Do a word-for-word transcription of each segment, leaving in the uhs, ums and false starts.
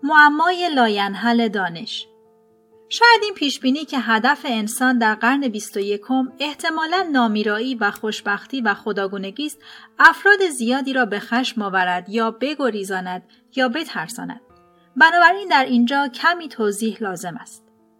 معمای لاینحل دانش. شاید این پیشبینی که هدف انسان در قرن بیست و یکم احتمالاً نامیرایی و خوشبختی و خداگونگی است، افراد زیادی را به خشم آورد یا بگریزاند یا بترساند. بنابراین در اینجا کمی توضیح لازم است.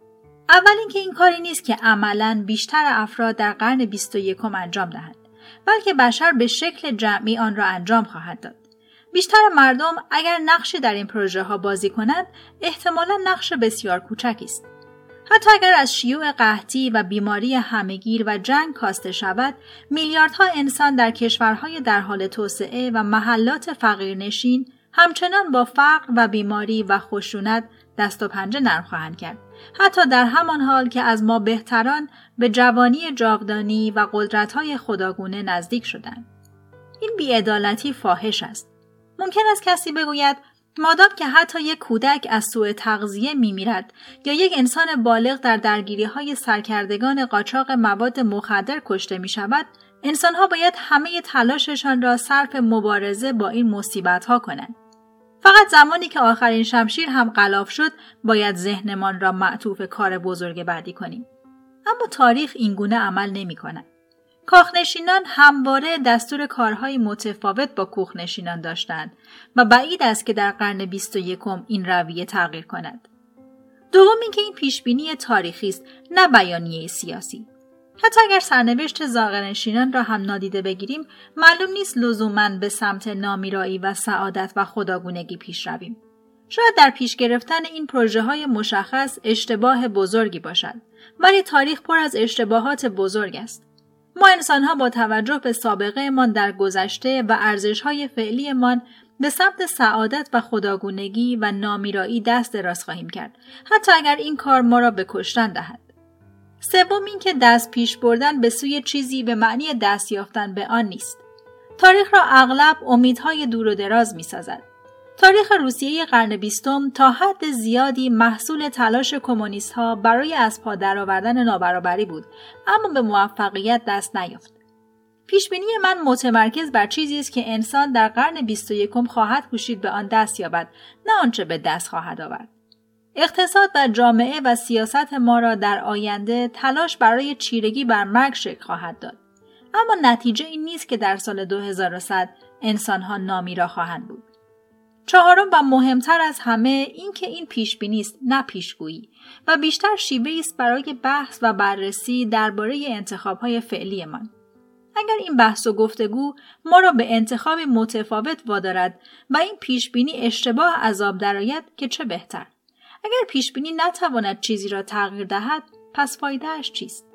اول اینکه این کاری نیست که عملاً بیشتر افراد در قرن بیست و یکم انجام دهند، بلکه بشر به شکل جمعی آن را انجام خواهد داد. بیشتر مردم اگر نقشی در این پروژه ها بازی کنند، احتمالاً نقش بسیار کوچکی است. حتی اگر از شیوع قحطی و بیماری همه‌گیر و جنگ کاسته شود، میلیاردها انسان در کشورهای در حال توسعه و محلات فقیرنشین همچنان با فقر و بیماری و خشونت دست و پنجه نرم خواهند کرد، حتی در همان حال که از ما بهتران به جوانی جاودانی و قدرت‌های خداگونه نزدیک شدند. این بی‌عدالتی فاحش است. ممکن است کسی بگوید مادام که حتی یک کودک از سوء تغذیه می‌میرد یا یک انسان بالغ در درگیری‌های سرکردگان قاچاق مواد مخدر کشته می‌شود، انسان‌ها باید همه تلاششان را صرف مبارزه با این مصیبت‌ها کنند. فقط زمانی که آخرین شمشیر هم غلاف شد، باید ذهنمان را معطوف کار بزرگ بعدی کنیم. اما تاریخ اینگونه عمل نمی‌کند. کاخنشینان همواره دستور کارهای متفاوت با کوخنشینان داشتند و بعید است که در قرن بیست و یکم این رویه تغییر کند. دوم اینکه این پیشبینی تاریخی است، نه بیانیه سیاسی. حتی اگر سرنوشت زاغرنشینان را هم نادیده بگیریم، معلوم نیست لزوماً به سمت نامیرایی و سعادت و خداگونگی پیش رویم. شاید در پیش گرفتن این پروژه‌های مشخص اشتباه بزرگی باشد، ولی تاریخ پر از اشتباهات بزرگ است. ما انسان‌ها با توجه به سابقه‌مان در گذشته و ارزش‌های فعلیمان به سمت سعادت و خداگونگی و نامیرایی دست دراز خواهیم کرد، حتی اگر این کار ما را به کشتن دهد. سوم اینکه دست پیش بردن به سوی چیزی به معنی دست یافتن به آن نیست. تاریخ را اغلب امیدهای دور و دراز می‌سازد. تاریخ روسیه قرن بیستم تا حد زیادی محصول تلاش کمونیست‌ها برای از پا درآوردن نابرابری بود، اما به موفقیت دست نیافت. پیشبینی من متمرکز بر چیزی است که انسان در قرن بیست و یکم خواهد کوشید به آن دست یابد، نه آنچه به دست خواهد آورد. اقتصاد و جامعه و سیاست ما را در آینده تلاش برای چیرگی بر مرگ شکل خواهد داد. اما نتیجه این نیست که در سال دو هزار و صد انسان‌ها نامیرا خواهند بود. چهارم و مهمتر از همه این که این پیشبینی است، نه پیشگویی، و بیشتر شیوه‌ای است برای بحث و بررسی درباره انتخاب‌های فعلیمان. اگر این بحث و گفتگو ما را به انتخاب متفاوت وادارد و این پیشبینی اشتباه عذاب درآید که چه بهتر. اگر پیشبینی نتواند چیزی را تغییر دهد، پس فایده‌اش چیست؟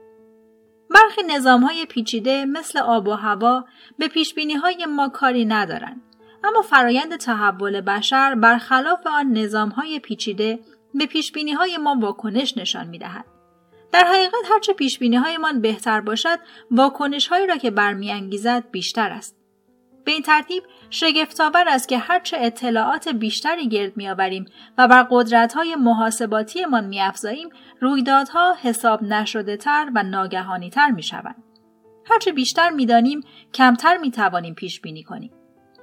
برخی نظام‌های پیچیده مثل آب و هوا به پیشبینی‌های ما کاری ندارند، اما فرایند تحول بشر برخلاف آن نظام‌های پیچیده به پیشبینی‌های ما واکنش نشان می‌دهد. در حقیقت هرچه پیشبینی‌هایمان بهتر باشد، واکنش‌هایی را که برمی‌انگیزد بیشتر است. به این ترتیب شگفت‌آور است که هرچه اطلاعات بیشتری گرد می‌آوریم و بر قدرت‌های محاسباتی‌مان می‌افزاییم، رویدادها حساب نشده‌تر و ناگهانی‌تر می‌شوند. هرچه بیشتر می‌دانیم، کمتر می‌توانیم پیش‌بینی کنیم.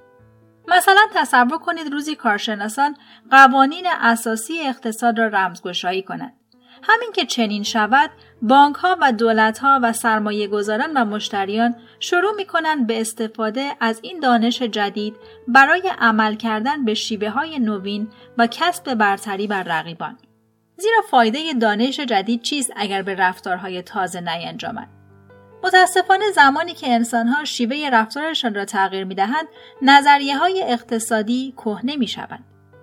مثلا تصور کنید روزی کارشناسان قوانین اساسی اقتصاد را رمزگشایی کنند. همین که چنین شود، بانک‌ها و دولت‌ها و سرمایه‌گذاران و مشتریان شروع می‌کنند به استفاده از این دانش جدید برای عمل کردن به شیوه‌های نوین و کسب برتری بر رقیبان. زیرا فایده دانش جدید چیست اگر به رفتارهای تازه نینجامد؟ متاسفانه زمانی که انسان‌ها شیوه رفتارشان را تغییر می‌دهند، نظریه‌های اقتصادی کهنه می‌شوند.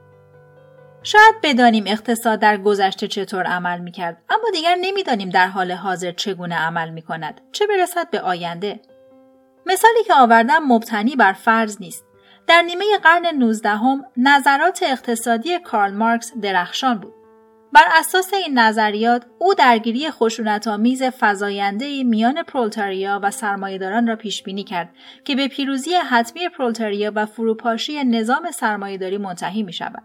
شاید بدانیم اقتصاد در گذشته چطور عمل می‌کرد، اما دیگر نمی‌دانیم در حال حاضر چگونه عمل می‌کند، چه برسد به آینده. مثالی که آوردم مبتنی بر فرض نیست. در نیمه قرن نوزدهم نظرات اقتصادی کارل مارکس درخشان بود. بر اساس این نظریات، او درگیری خشونت‌آمیز فزاینده میان پرولتاریا و سرمایه‌داران را پیش‌بینی کرد که به پیروزی حتمی پرولتاریا و فروپاشی نظام سرمایه‌داری منتهی می‌شود.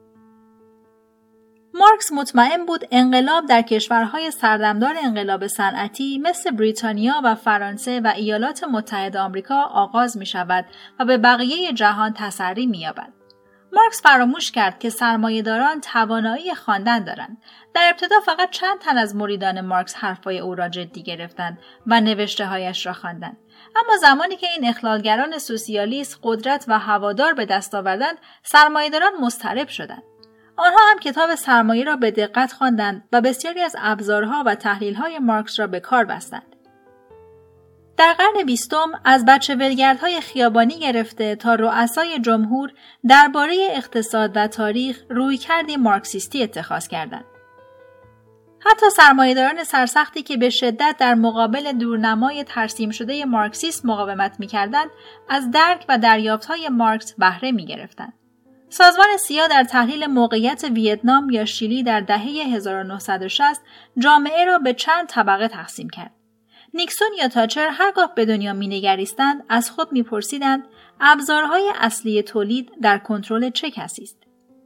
مارکس مطمئن بود انقلاب در کشورهای سردمدار انقلاب صنعتی مثل بریتانیا و فرانسه و ایالات متحده آمریکا آغاز می شود و به بقیه جهان تسری می یابد. مارکس فراموش کرد که سرمایه‌داران توانایی خواندن دارند. در ابتدا فقط چند تن از مریدان مارکس حرفای او را جدی گرفتند و نوشته‌هایش را خواندند. اما زمانی که این اخلالگران سوسیالیست قدرت و هوادار به دست آوردند، سرمایه‌داران مضطرب شدند. آنها هم کتاب سرمایه را به دقت خواندند و بسیاری از ابزارها و تحلیل‌های مارکس را به کار بستند. در قرن بیستم از بچه ولگردهای خیابانی گرفته تا رؤسای جمهور درباره اقتصاد و تاریخ رویکردی مارکسیستی اتخاذ کردند. حتی سرمایه‌داران سرسختی که به شدت در مقابل دورنمای ترسیم شده مارکسیسم مقاومت می‌کردند، از درک و دریافت‌های مارکس بهره می‌گرفتند. سازمان سیا در تحلیل موقعیت ویتنام یا شیلی در دهه هزار و نهصد و شصت جامعه را به چند طبقه تقسیم کرد. نیکسون یا تاچر هرگاه به دنیا می‌نگریستند از خود می‌پرسیدند ابزارهای اصلی تولید در کنترل چه کسی است؟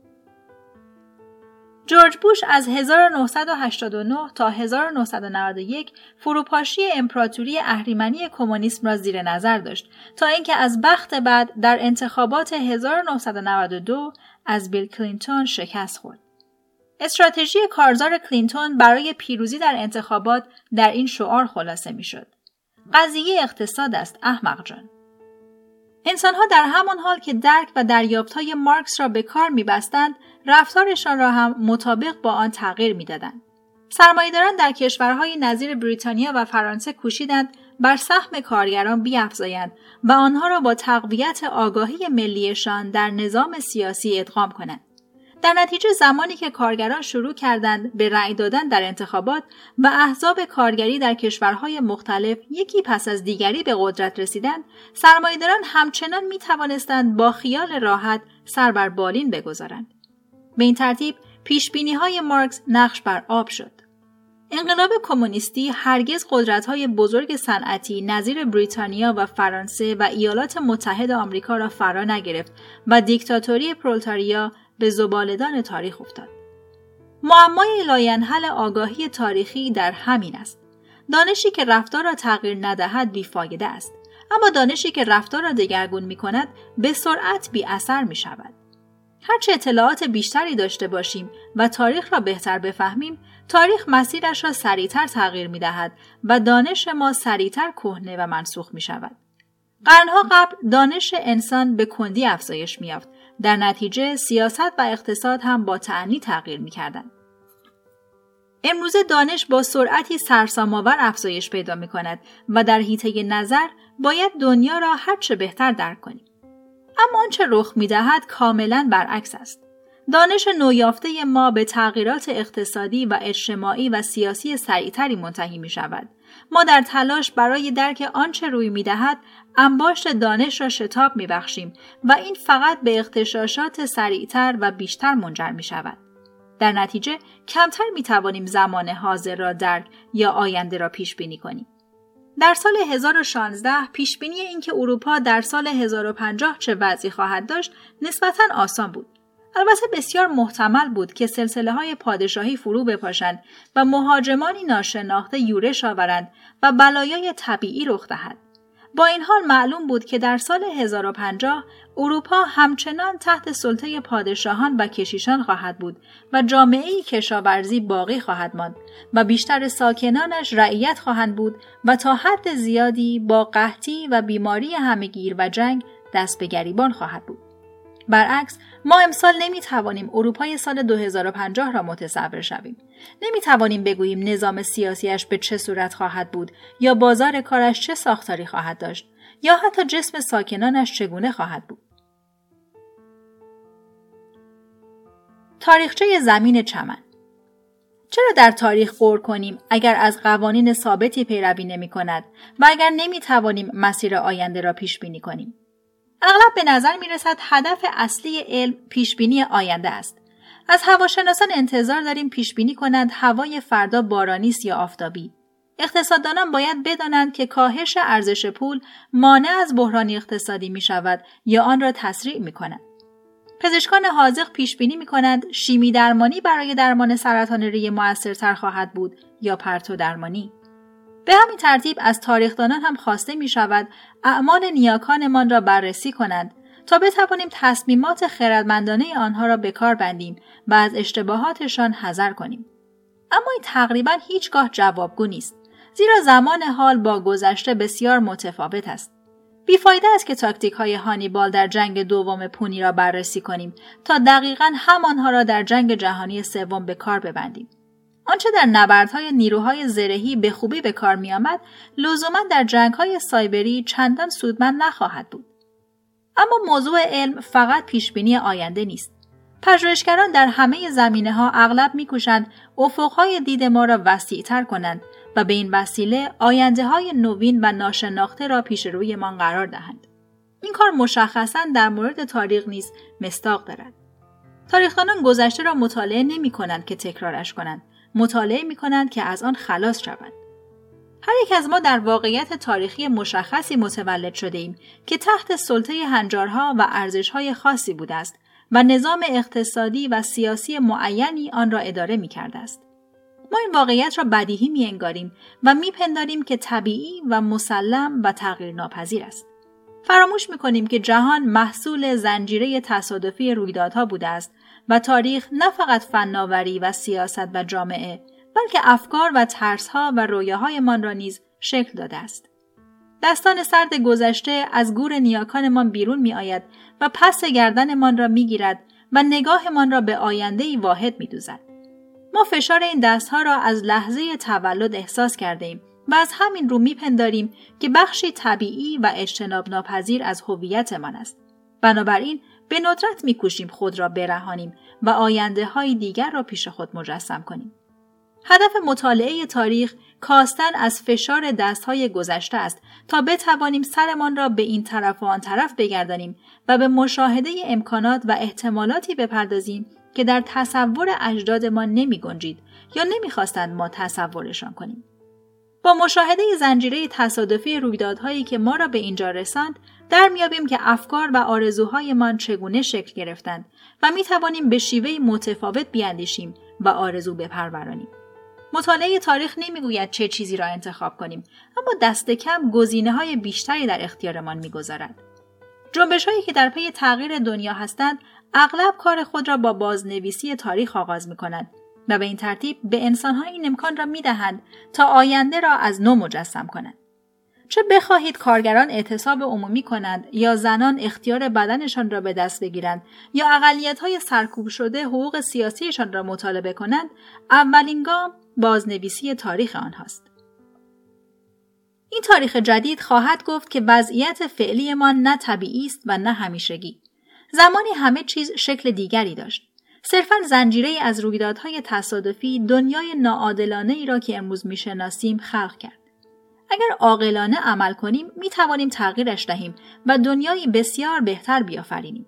جورج بوش از هزار و نهصد و هشتاد و نه تا هزار و نهصد و نود و یک فروپاشی امپراتوری اهریمنی کمونیسم را زیر نظر داشت تا اینکه از بخت بعد در انتخابات هزار و نهصد و نود و دو از بیل کلینتون شکست خورد. استراتژی کارزار کلینتون برای پیروزی در انتخابات در این شعار خلاصه می‌شد: قضیه اقتصاد است احمق جان. انسان‌ها در همان حال که درک و دریافت‌های مارکس را به کار می‌بستند، رفتارشان را هم مطابق با آن تغییر می‌دادند. سرمایه‌داران در کشورهای نظیر بریتانیا و فرانسه کوشیدند بر سهم کارگران بیفزایند و آنها را با تقویت آگاهی ملیشان در نظام سیاسی ادغام کنند. در نتیجه زمانی که کارگران شروع کردند به رأی دادن در انتخابات و احزاب کارگری در کشورهای مختلف یکی پس از دیگری به قدرت رسیدند، سرمایه‌داران همچنان می توانستند با خیال راحت سر بر بالین بگذارند. به این ترتیب پیشبینی‌های مارکس نقش بر آب شد. انقلاب کمونیستی هرگز قدرت‌های بزرگ صنعتی نظیر بریتانیا و فرانسه و ایالات متحده آمریکا را فرا نگرفت و دیکتاتوری پرولتاریا به زباله‌دان تاریخ افتاد. معمای لاینحل آگاهی تاریخی در همین است. دانشی که رفتار را تغییر ندهد بیفایده است، اما دانشی که رفتار را دگرگون می‌کند به سرعت بی اثر می‌شود. هرچه اطلاعات بیشتری داشته باشیم و تاریخ را بهتر بفهمیم، تاریخ مسیرش را سریعتر تغییر می‌دهد و دانش ما سریعتر کهنه و منسوخ می‌شود. قرنها قبل دانش انسان به کندی افزایش می‌یافت. در نتیجه سیاست و اقتصاد هم با تأنی تغییر می‌کردند. امروزه دانش با سرعتی سرسام‌آور افزایش پیدا می‌کند و در حیطه نظر باید دنیا را هرچه بهتر درک کنیم. اما آنچه رخ می‌دهد کاملاً برعکس است. دانش نویافته ما به تغییرات اقتصادی و اجتماعی و سیاسی سریعتری منتهی می‌شود. ما در تلاش برای درک آنچه روی می‌دهد انباشت دانش را شتاب می‌بخشیم و این فقط به اغتشاشات سریعتر و بیشتر منجر می‌شود. در نتیجه کمتر می‌توانیم زمان حاضر را درک یا آینده را پیش‌بینی کنیم. در سال هزار و شانزده پیش‌بینی اینکه اروپا در سال هزار و پنجاه چه وضعی خواهد داشت نسبتاً آسان بود. البته بسیار محتمل بود که سلسله‌های پادشاهی فرو بپاشند و مهاجمانی ناشناخته یورش آورند و بلایای طبیعی رخ دهد. با این حال معلوم بود که در سال هزار و پنجاه اروپا همچنان تحت سلطه پادشاهان و کشیشان خواهد بود و جامعه‌ای کشاورزی باقی خواهد ماند و بیشتر ساکنانش رعیت خواهند بود و تا حد زیادی با قحطی و بیماری همه‌گیر و جنگ دست به گریبان خواهد بود. برعکس ما امسال نمیتوانیم اروپای سال دو هزار و پنجاه را متصور شویم. نمیتوانیم بگوییم نظام سیاسیش به چه صورت خواهد بود یا بازار کارش چه ساختاری خواهد داشت یا حتی جسم ساکنانش چگونه خواهد بود. تاریخچه زمین چمن. چرا در تاریخ غور کنیم اگر از قوانین ثابتی پیروی نمی کند و اگر نمی توانیم مسیر آینده را پیش بینی کنیم؟ اغلب به نظر می رسد هدف اصلی علم پیشبینی آینده است. از هواشناسان انتظار داریم پیشبینی کنند هوای فردا بارانی است یا آفتابی. اقتصاددانان باید بدانند که کاهش ارزش پول مانع از بحران اقتصادی می شود یا آن را تسریع می کند. پزشکان حاذق پیشبینی می کنند شیمی درمانی برای درمان سرطان ریه مؤثرتر خواهد بود یا پرتو درمانی. به همین ترتیب از تاریخدانان هم خواسته می شود اعمال نیاکانمان را بررسی کنند تا بتوانیم تصمیمات خردمندانه آنها را به کار بندیم و از اشتباهاتشان حذر کنیم. اما این تقریباً هیچگاه جوابگو نیست، زیرا زمان حال با گذشته بسیار متفاوت است. بیفایده است که تاکتیک‌های هانیبال در جنگ دوم پونی را بررسی کنیم تا دقیقاً همانها را در جنگ جهانی سوم به کار ببندیم. آنچه در نبردهای نیروهای زرهی به خوبی به کار می‌آمد، لزوماً در جنگ‌های سایبری چندان سودمند نخواهد بود. اما موضوع علم فقط پیشبینی آینده نیست. پژوهشگران در همه زمینه‌ها اغلب می‌کوشند افق‌های دید ما را وسیع‌تر کنند و به این وسیله آینده‌های نوین و ناشناخته را پیش رویمان قرار دهند. این کار مشخصاً در مورد تاریخ نیز مصداق دارد. تاریخ‌دانان گذشته را مطالعه نمی‌کنند که تکرارش کنند، مطالعه می‌کنند که از آن خلاص شوند. هر یک از ما در واقعیت تاریخی مشخصی متولد شده‌ایم که تحت سلطه هنجارها و ارزش‌های خاصی بوده است و نظام اقتصادی و سیاسی معینی آن را اداره می‌کرده است. ما این واقعیت را بدیهی می‌انگاریم و می‌پنداریم که طبیعی و مسلم و تغییر ناپذیر است. فراموش می‌کنیم که جهان محصول زنجیره تصادفی رویدادها بوده است و تاریخ نه فقط فناوری و سیاست و جامعه، بلکه افکار و ترس‌ها و رویاهایمان را نیز شکل داده است. دستان سرد گذشته از گور نیاکانمان بیرون می‌آید و پس گردنمان را می‌گیرد و نگاهمان را به آینده‌ای واحد می‌دوزد. ما فشار این دستها را از لحظه تولد احساس کرده‌ایم و از همین رو می‌پنداریم که بخشی طبیعی و اجتناب ناپذیر از هویتمان است. بنابراین به ندرت می‌کوشیم خود را برهانیم و آینده‌های دیگر را پیش خود مجسم کنیم. هدف مطالعه تاریخ کاستن از فشار دست‌های گذشته است تا بتوانیم سرمان را به این طرف و آن طرف بگردانیم و به مشاهده امکانات و احتمالاتی بپردازیم که در تصور اجدادمان نمی‌گنجید یا نمی‌خواستند ما تصورشان کنیم. با مشاهده زنجیره تصادفی رویدادهایی که ما را به اینجا رساند، در میابیم که افکار و آرزوهایمان چگونه شکل گرفتند و می‌توانیم به شیوهی متفاوت بیاندیشیم و آرزو بپرورانیم. مطالعه تاریخ نمیگوید چه چیزی را انتخاب کنیم، اما دست کم گزینه‌های بیشتری در اختیارمان می‌گذارد. جنبش‌هایی که در پی تغییر دنیا هستند، اغلب کار خود را با بازنویسی تاریخ آغاز می‌کنند و به این ترتیب به انسان‌ها این امکان را می‌دهند تا آینده را از نو مجسم کنند. چه بخواهید کارگران اعتصاب عمومی کنند یا زنان اختیار بدنشان را به دست بگیرند یا اقلیت‌های سرکوب شده حقوق سیاسیشان را مطالبه کنند، اولین گام بازنویسی تاریخ آنهاست. این تاریخ جدید خواهد گفت که وضعیت فعلیمان نه طبیعی است و نه همیشگی. زمانی همه چیز شکل دیگری داشت. صرفاً زنجیره از رویدادهای تصادفی دنیای ناعادلانه‌ای را که امروز می‌شناسیم خلق کرد. اگر عاقلانه عمل کنیم می‌توانیم تغییرش دهیم و دنیایی بسیار بهتر بیافرینیم.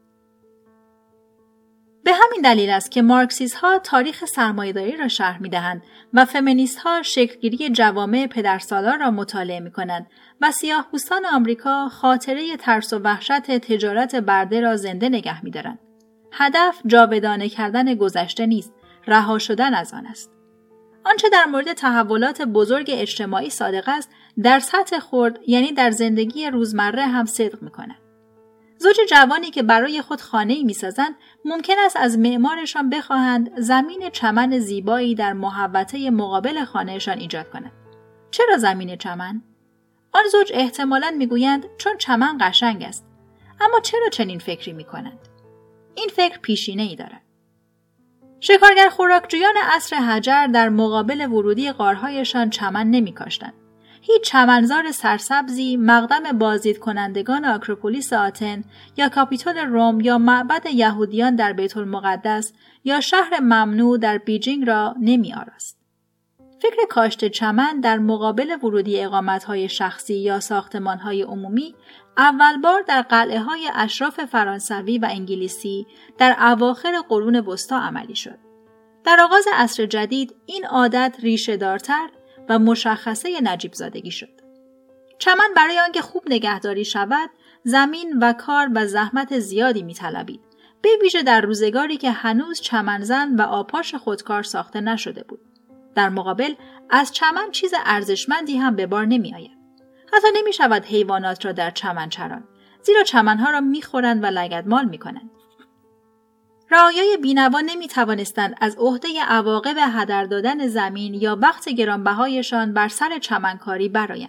به همین دلیل است که مارکسیست‌ها تاریخ سرمایه‌داری را شرح می‌دهند و فمینیست‌ها شکل‌گیری جوامع پدرسالار را مطالعه می‌کنند و سیاه‌پوستان آمریکا خاطره ترس و وحشت تجارت برده را زنده نگه می‌دارند. هدف جاودانه کردن گذشته نیست، رها شدن از آن است. آنچه در مورد تحولات بزرگ اجتماعی صادق است، در سطح خرد یعنی در زندگی روزمره هم صدق می‌کند. زوج جوانی که برای خود خانه‌ای می‌سازند، ممکن است از معمارشان بخواهند زمین چمن زیبایی در محوطه مقابل خانه‌شان ایجاد کند. چرا زمین چمن؟ آن زوج احتمالاً می‌گویند چون چمن قشنگ است. اما چرا چنین فکری می‌کنند؟ این فکر پیشینه‌ای دارد. شکارگر خوراکجویان عصر حجر در مقابل ورودی غارهایشان چمن نمی‌کاشتند. هیچ چمنزار سرسبزی مقدم بازدید کنندگان آکروپولیس آتن یا کاپیتول روم یا معبد یهودیان در بیت المقدس یا شهر ممنوع در بیجینگ را نمی آراست. فکر کاشت چمن در مقابل ورودی اقامت‌های شخصی یا ساختمان‌های عمومی اول بار در قلعه‌های اشراف فرانسوی و انگلیسی در اواخر قرون وسطی عملی شد. در آغاز عصر جدید این عادت ریشه دارتر و مشخصه نجیب زادگی شد. چمن برای آنکه خوب نگهداری شود، زمین و کار و زحمت زیادی می‌طلبید، به ویژه در روزگاری که هنوز چمنزن و آبپاش خودکار ساخته نشده بود. در مقابل از چمن چیز ارزشمندی هم به بار نمی‌آید. حتی نمی‌شود حیوانات را در چمن چراند، زیرا چمنها را میخورند و لگدمال میکنند. رعایای بینوا نمیتوانستند از عهده عواقب هدر دادن زمین یا وقت گرانبهایشان بر سر چمنکاری برآیند.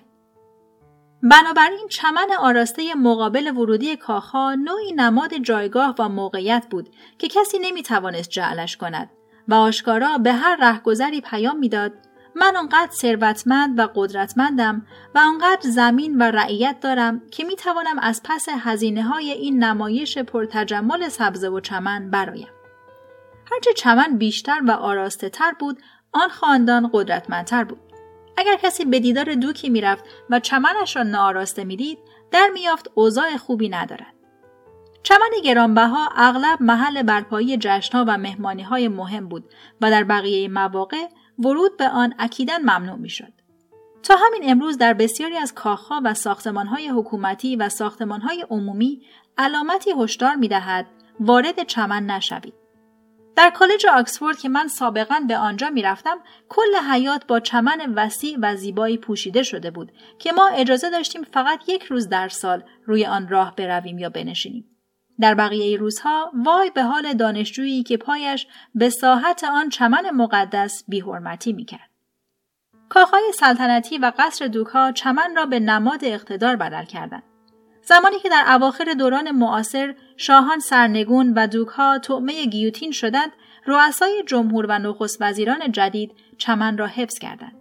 بنابراین چمن آراسته مقابل ورودی کاخها نوعی نماد جایگاه و موقعیت بود که کسی نمیتوانست جعلش کند و آشکارا به هر رهگذری پیام میداد: من آنقدر ثروتمند و قدرتمندم و آنقدر زمین و رعیت دارم که میتوانم از پس هزینه‌های این نمایش پرتجمل سبزه و چمن برایم. هرچه چمن بیشتر و آراسته تر بود، آن خاندان قدرتمندتر بود. اگر کسی به دیدار دوکی میرفت و چمنش را ناآراسته میدید، در میافت اوضاع خوبی ندارد. چمن گرانبها اغلب محل برپایی جشن‌ها و مهمانی‌های مهم بود و در بقیه مواقع ورود به آن اکیداً ممنوع میشد. تا همین امروز در بسیاری از کاخ‌ها و ساختمان‌های حکومتی و ساختمان‌های عمومی علامتی هشدار می‌دهد وارد چمن نشوید. در کالج آکسفورد که من سابقاً به آنجا می‌رفتم، کل حیاط با چمن وسیع و زیبایی پوشیده شده بود که ما اجازه داشتیم فقط یک روز در سال روی آن راه برویم یا بنشینیم. در بقیه روزها وای به حال دانشجویی که پایش به ساحت آن چمن مقدس بی‌حرمتی می‌کرد. کاخهای سلطنتی و قصر دوک‌ها چمن را به نماد اقتدار بدل کردند. زمانی که در اواخر دوران معاصر شاهان سرنگون و دوک‌ها طعمه گیوتین شدند، رؤسای جمهور و نخست وزیران جدید چمن را حفظ کردند.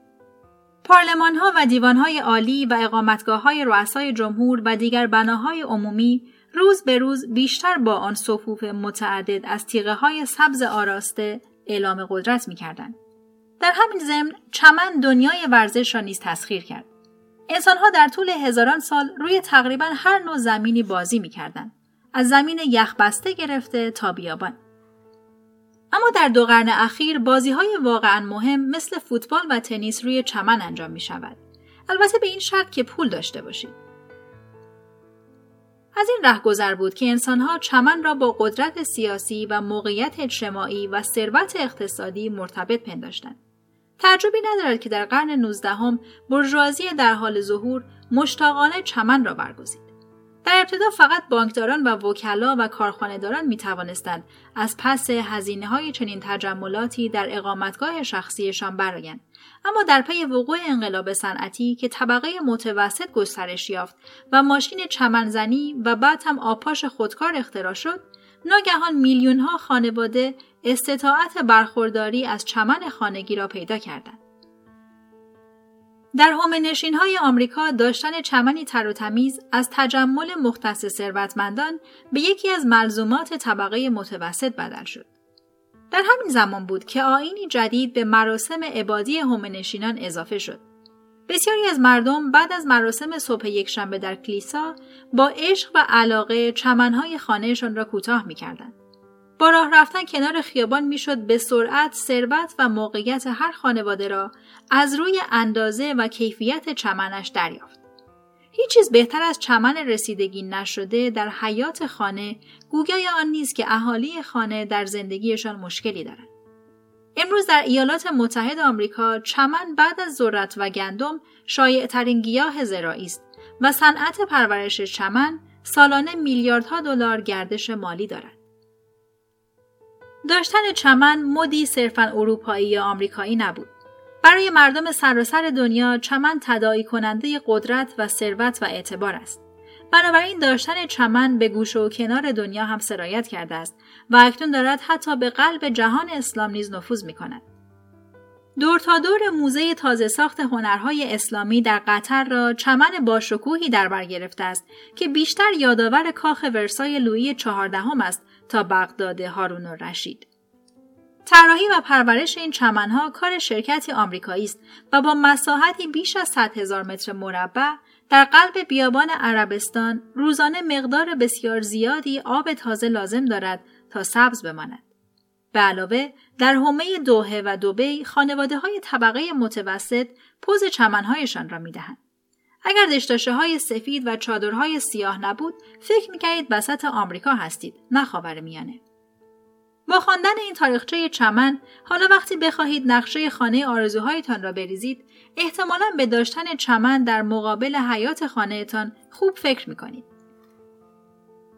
پارلمان‌ها و دیوان‌های عالی و اقامتگاه‌های رؤسای جمهور و دیگر بناهای عمومی روز به روز بیشتر با آن صفوف متعدد از تیغه‌های سبز آراسته اعلام قدرت می‌کردند. در همین ضمن چمن دنیای ورزش را نیز تسخیر کرد. انسان‌ها در طول هزاران سال روی تقریباً هر نوع زمینی بازی می‌کردند، از زمین یخبسته گرفته تا بیابان. اما در دو قرن اخیر بازی‌های واقعاً مهم مثل فوتبال و تنیس روی چمن انجام می‌شود. البته به این شرط که پول داشته باشید. از این رهگذر بود که انسان‌ها چمن را با قدرت سیاسی و موقعیت اجتماعی و ثروت اقتصادی مرتبط پنداشتند. تعجبی ندارد که در قرن نوزدهم بورژوازی در حال ظهور مشتاقانه چمن را برگزید. در ابتدا فقط بانکداران و وکلا و کارخانه‌داران می‌توانستند از پس هزینه‌های چنین تجملاتی در اقامتگاه شخصیشان برآیند. اما در پی وقوع انقلاب صنعتی که طبقه متوسط گسترش یافت و ماشین چمنزنی و بعد هم آبپاش خودکار اختراع شد، ناگهان میلیون‌ها خانواده استطاعت برخورداری از چمن خانگی را پیدا کردند. در هومنشین‌های آمریکا داشتن چمنی تر و تمیز از تجمل مختص ثروتمندان به یکی از ملزومات طبقه متوسط بدل شد. در همین زمان بود که آیینی جدید به مراسم عبادی هومنشینان اضافه شد. بسیاری از مردم بعد از مراسم صبح یکشنبه در کلیسا با عشق و علاقه چمن‌های خانه‌شان را کوتاه می‌کردند. با راه رفتن کنار خیابان میشد به سرعت ثروت و موقعیت هر خانواده را از روی اندازه و کیفیت چمنش دریافت. هیچ چیز بهتر از چمن رسیدگی نشده در حیاط خانه گویای آن نیست که اهالی خانه در زندگیشان مشکلی دارند. امروز در ایالات متحده آمریکا چمن بعد از ذرت و گندم شایع‌ترین گیاه زراعی است و صنعت پرورش چمن سالانه میلیاردها دلار گردش مالی دارد. داشتن چمن مدی صرفاً اروپایی یا آمریکایی نبود. برای مردم سراسر دنیا چمن تداعی کننده قدرت و ثروت و اعتبار است. بنابراین داشتن چمن به گوشه و کنار دنیا هم سرایت کرده است و اکنون دارد حتی به قلب جهان اسلام نیز نفوذ می‌کند. دور تا دور موزه تازه ساخت هنرهای اسلامی در قطر را چمن باشکوهی در بر گرفته است که بیشتر یادآور کاخ ورسای لویی چهاردهم است تا بغداد هارون الرشید. طراحی و پرورش این چمنها کار شرکتی آمریکایی است و با مساحتی بیش از صد هزار متر مربع در قلب بیابان عربستان روزانه مقدار بسیار زیادی آب تازه لازم دارد تا سبز بماند. به علاوه در حومه دوحه و دبی خانواده‌های طبقه متوسط پوز چمن‌هایشان را می‌دهند. اگر دشداشه‌های سفید و چادرهای سیاه نبود، فکر می‌کردید وسط آمریکا هستید، نه خاورمیانه. با خواندن این تاریخچه چمن، حالا وقتی بخواهید نقشه خانه آرزوهایتان را بریزید، احتمالاً به داشتن چمن در مقابل حیاط خانه‌تان خوب فکر می‌کنید.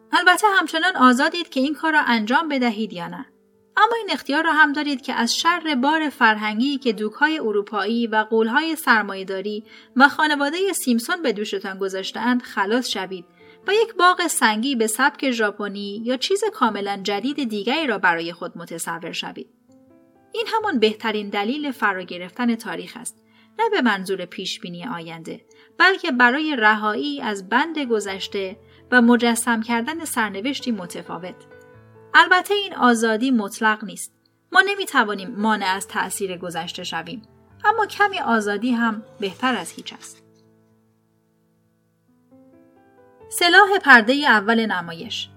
البته همچنان آزادید که این کار را انجام بدهید یا نه. اما این اختیار را هم دارید که از شر بار فرهنگی که دوک‌های اروپایی و غول‌های سرمایه‌داری و خانواده سیمسون به دوشتان گذاشته‌اند خلاص شوید و یک باغ سنگی به سبک ژاپنی یا چیز کاملا جدید دیگری را برای خود متصور شوید. این همان بهترین دلیل فرا گرفتن تاریخ است، نه به منظور پیشبینی آینده، بلکه برای رهایی از بند گذشته و مجسم کردن سرنوشتی متفاوت. البته این آزادی مطلق نیست. ما نمیتوانیم مانع از تأثیر گذشته شویم، اما کمی آزادی هم بهتر از هیچ است. سلاح پرده اول نمایش.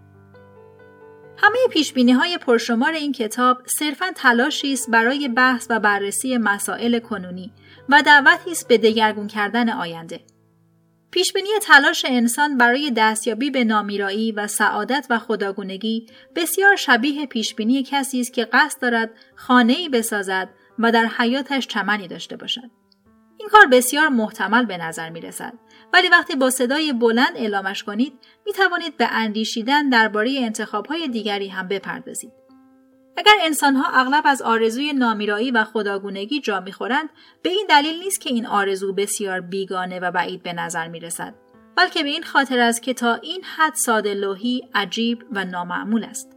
همه پیشبینی‌های پرشمار این کتاب صرفاً تلاشی است برای بحث و بررسی مسائل کنونی و دعوتی است به دگرگون کردن آینده. پیشبینی تلاش انسان برای دستیابی به نامیرایی و سعادت و خداگونگی بسیار شبیه پیشبینی کسی است که قصد دارد خانه‌ای بسازد و در حیاتش چمنی داشته باشد. این کار بسیار محتمل به نظر می رسد، ولی وقتی با صدای بلند اعلامش کنید می توانید به اندیشیدن درباره انتخاب‌های دیگری هم بپردازید. اگر انسان‌ها اغلب از آرزوی نامیرایی و خداگونگی جا می‌خورند، به این دلیل نیست که این آرزو بسیار بیگانه و بعید به نظر می‌رسد، بلکه به این خاطر است که تا این حد ساده‌لوحی، عجیب و نامعمول است.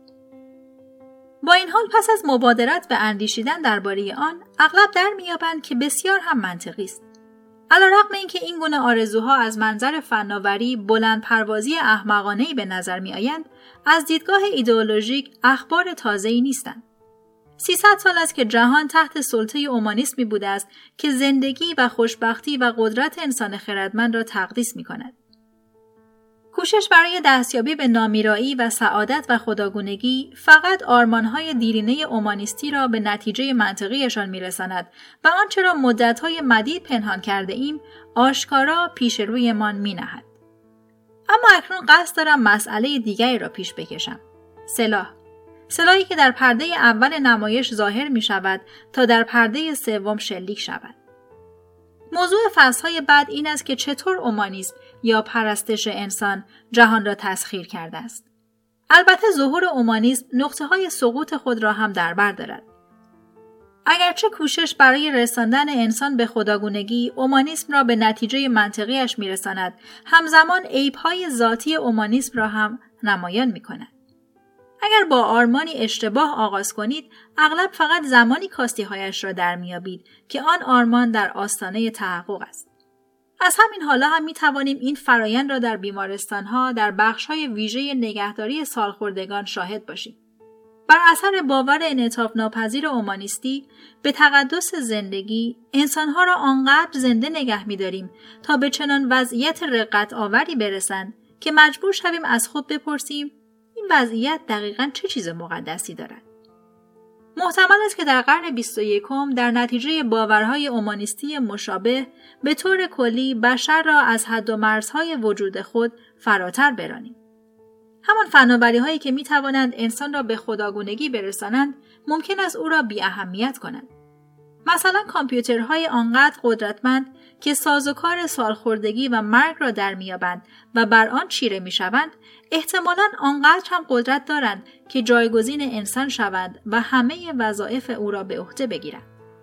با این حال پس از مبادرت به اندیشیدن درباره آن، اغلب در می‌یابند که بسیار هم منطقی است. علی‌رغم اینکه این گونه آرزوها از منظر فناوری بلند پروازی احمقانه‌ای به نظر می‌آیند، از دیدگاه ایدئولوژیک اخبار تازه‌ای نیستند. سیصد سال است که جهان تحت سلطه اومانیسمی بوده است که زندگی و خوشبختی و قدرت انسان خردمند را تقدیس می‌کند. کوشش برای دستیابی به نامیرایی و سعادت و خداگونگی فقط آرمان‌های دیرینه اومانیستی را به نتیجه منطقیشان می‌رساند و آنچه را مدت‌های مدید پنهان کرده ایم آشکارا پیش رویمان می‌نهد. اما اکنون قصد دارم مسئله دیگری را پیش بکشم. سلاح. سلاحی که در پرده اول نمایش ظاهر می‌شود تا در پرده سوم شلیک شود. موضوع فصل‌های بعد این است که چطور اومانیسم یا پرستش انسان جهان را تسخیر کرده است. البته ظهور اومانیسم نقطه‌های سقوط خود را هم در بر دارد. اگرچه کوشش برای رساندن انسان به خداگونگی اومانیسم را به نتیجه منطقیش می‌رساند، همزمان عیب‌های ذاتی اومانیسم را هم نمایان می‌کند. اگر با آرمانی اشتباه آغاز کنید، اغلب فقط زمانی کاستی‌هایش را در میابید که آن آرمان در آستانه تحقق است. از همین حالا هم میتوانیم این فرایند را در بیمارستان‌ها در بخش‌های ویژه نگهداری سالخوردگان شاهد باشیم. بر اثر باور انعطاف ناپذیر اومانیستی به تقدس زندگی، انسان‌ها را آنقدر زنده نگه می‌داریم تا به چنان وضعیت رقت آوری برسند که مجبور شویم از خود بپرسیم این وضعیت دقیقاً چه چیز مقدسی دارد؟ محتمل است که در قرن بیست و یکم در نتیجه باورهای اومانیستی مشابه به طور کلی بشر را از حد و مرزهای وجود خود فراتر برانیم. همان فناوری‌هایی که می‌توانند انسان را به خداگونگی برسانند، ممکن است او را بی اهمیت کنند. مثلا کامپیوترهای آنقدر قدرتمند که سازوکار سالخوردگی و مرگ را در میابند و بر آن چیره میشوند، احتمالاً آنقدر هم قدرت دارند که جایگزین انسان شوند و همه وظایف او را به عهده بگیرند.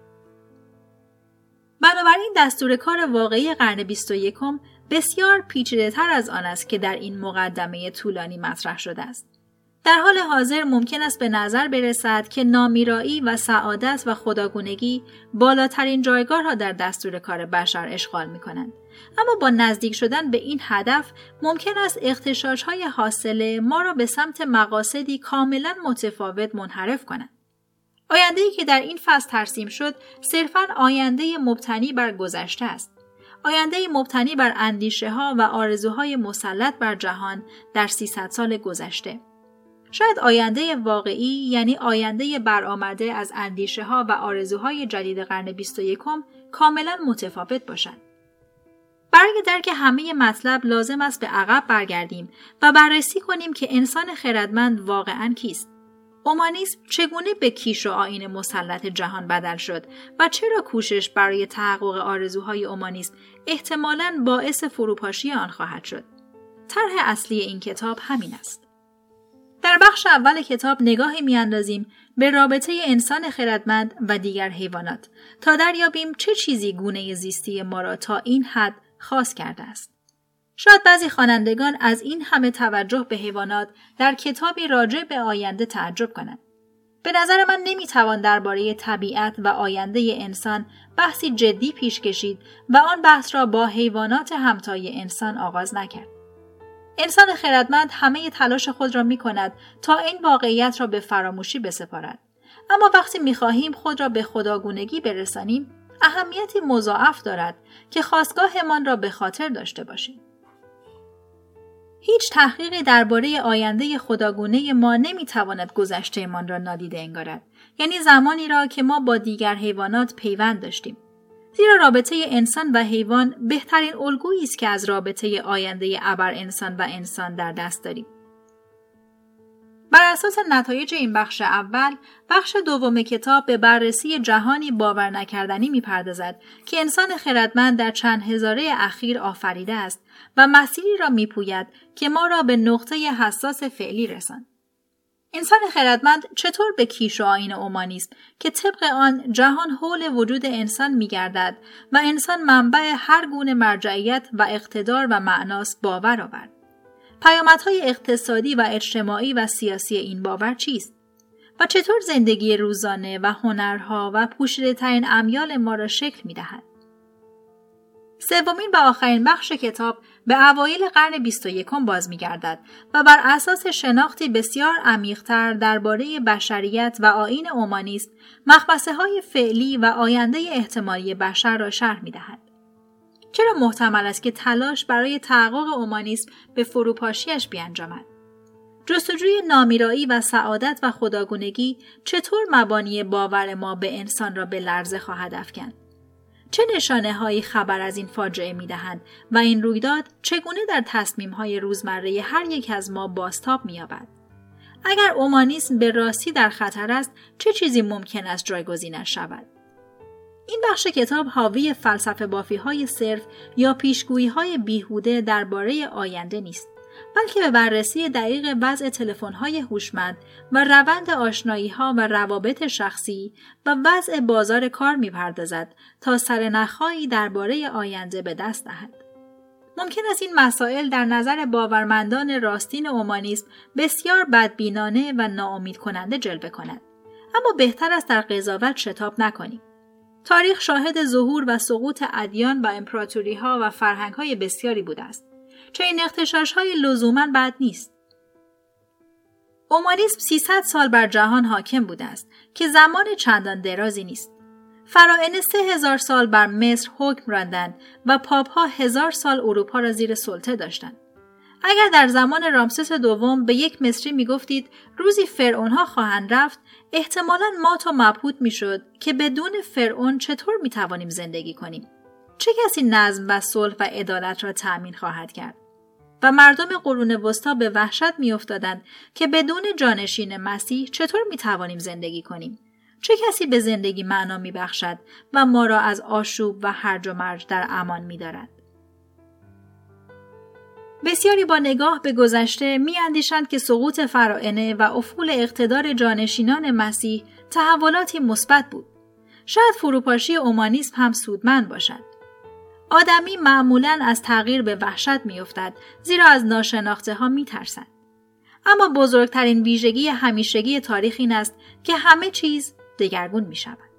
بنابراین دستور کار واقعی قرن بیست و یکم بسیار پیچیده‌تر از آن است که در این مقدمه طولانی مطرح شده است. در حال حاضر ممکن است به نظر برسد که نامیرایی و سعادت و خداگونگی بالاترین جایگاه را در دستور کار بشر اشغال می‌کنند. اما با نزدیک شدن به این هدف ممکن است اغتشاش‌های حاصله ما را به سمت مقاصدی کاملاً متفاوت منحرف کنند. آینده‌ای که در این فصل ترسیم شد صرفاً آینده مبتنی بر گذشته است. آینده‌ای مبتنی بر اندیشه‌ها و آرزوهای مسلط بر جهان در سیصد سال گذشته. شاید آینده واقعی، یعنی آینده برآمده از اندیشه‌ها و آرزوهای جدید قرن بیست و یکم کاملاً متفاوت باشد. برای درک همه مطلب لازم است به عقب برگردیم و بررسی کنیم که انسان خردمند واقعاً کیست؟ اومانیسم چگونه به کیش و آیین مسلط جهان بدل شد و چرا کوشش برای تحقق آرزوهای اومانیسم احتمالاً باعث فروپاشی آن خواهد شد؟ طرح اصلی این کتاب همین است. در بخش اول کتاب نگاهی می‌اندازیم به رابطه انسان خردمند و دیگر حیوانات تا دریابیم چه چیزی گونه زیستی ما را تا این حد خاص کرده است. شاید بعضی خوانندگان از این همه توجه به حیوانات در کتابی راجع به آینده تعجب کنند. به نظر من نمیتوان درباره طبیعت و آینده انسان بحثی جدی پیش کشید و آن بحث را با حیوانات همتای انسان آغاز نکرد. انسان خردمند همه تلاش خود را می کند تا این واقعیت را به فراموشی بسپارد. اما وقتی می خواهیم خود را به خداگونگی برسانیم، اهمیتی مضاعف دارد که خاستگاهمان را به خاطر داشته باشیم. هیچ تحقیقی درباره آینده خداگونه ما نمیتواند گذشتهمان را نادیده انگارد، یعنی زمانی را که ما با دیگر حیوانات پیوند داشتیم. زیرا رابطه انسان و حیوان بهترین الگویی است که از رابطه آینده ابر انسان و انسان در دست داریم. بر اساس نتایج این بخش اول، بخش دوم کتاب به بررسی جهانی باور نکردنی می‌پردازد که انسان خردمند در چند هزاره اخیر آفریده است و مسیری را می‌پوید که ما را به نقطه حساس فعلی رساند. انسان خردمند چطور به کیش و آیین اومانیسم که طبق آن جهان حول وجود انسان می‌گردد و انسان منبع هر گونه مرجعیت و اقتدار و معناست باور آورد؟ پیامدهای اقتصادی و اجتماعی و سیاسی این باور چیست؟ و چطور زندگی روزانه و هنرها و پوشیده‌ترین امیال ما را شکل می‌دهد؟ سومین و آخرین بخش کتاب به اوایل قرن بیست و یکم باز می‌گردد و بر اساس شناختی بسیار عمیق‌تر درباره بشریت و آیین اومانیسم، مخمسه‌های فعلی و آینده احتمالی بشر را شرح می‌دهد. چرا محتمل است که تلاش برای تحقق اومانیسم به فروپاشیش بیانجامد؟ جستجوی نامیرایی و سعادت و خداگونگی چطور مبانی باور ما به انسان را به لرزه خواهد افکند؟ چه نشانه‌هایی خبر از این فاجعه می‌دهند و این رویداد چگونه در تصمیم‌های روزمره هر یک از ما بازتاب می‌یابد؟ اگر اومانیسم به راستی در خطر است، چه چیزی ممکن است جایگزینش شود؟ این بخش کتاب حاوی فلسفه بافی‌های صرف یا پیشگویی‌های بیهوده درباره آینده نیست، بلکه به بررسی دقیق وضع تلفن‌های هوشمند و روند آشنایی‌ها و روابط شخصی و وضع بازار کار می‌پردازد تا سرنخ‌هایی درباره آینده به دست دهد. ممکن است این مسائل در نظر باورمندان راستین اومانیسم بسیار بدبینانه و ناامید کننده جلوه کند، اما بهتر است در قضاوت شتاب نکنیم. تاریخ شاهد ظهور و سقوط ادیان و امپراتوری‌ها و فرهنگ‌های بسیاری بوده است. چه این اختشاش‌های لزوماً بد نیست. اومانیسم سیصد سال بر جهان حاکم بوده است که زمان چندان درازی نیست. فراعنه سه هزار سال بر مصر حکم راندند و پاپ‌ها هزار سال اروپا را زیر سلطه داشتند. اگر در زمان رامسس دوم به یک مصری میگفتید روزی فرعونها خواهند رفت، احتمالاً مات و مبهوت میشد که بدون فرعون چطور میتوانیم زندگی کنیم؟ چه کسی نظم و صلح و عدالت را تأمین خواهد کرد؟ و مردم قرون وسطی به وحشت میافتادند که بدون جانشین مسیح چطور میتوانیم زندگی کنیم؟ چه کسی به زندگی معنا میبخشد و ما را از آشوب و هرج و مرج در امان میدارد؟ بسیاری با نگاه به گذشته می‌اندیشند که سقوط فراعنه و افول اقتدار جانشینان مسیح تحولاتی مثبت بود. شاید فروپاشی اومانیسم هم سودمند باشد. آدمی معمولاً از تغییر به وحشت می‌افتد، زیرا از ناشناخته‌ها می‌ترسد. اما بزرگترین ویژگی همیشگی تاریخ این است که همه چیز دگرگون می‌شود.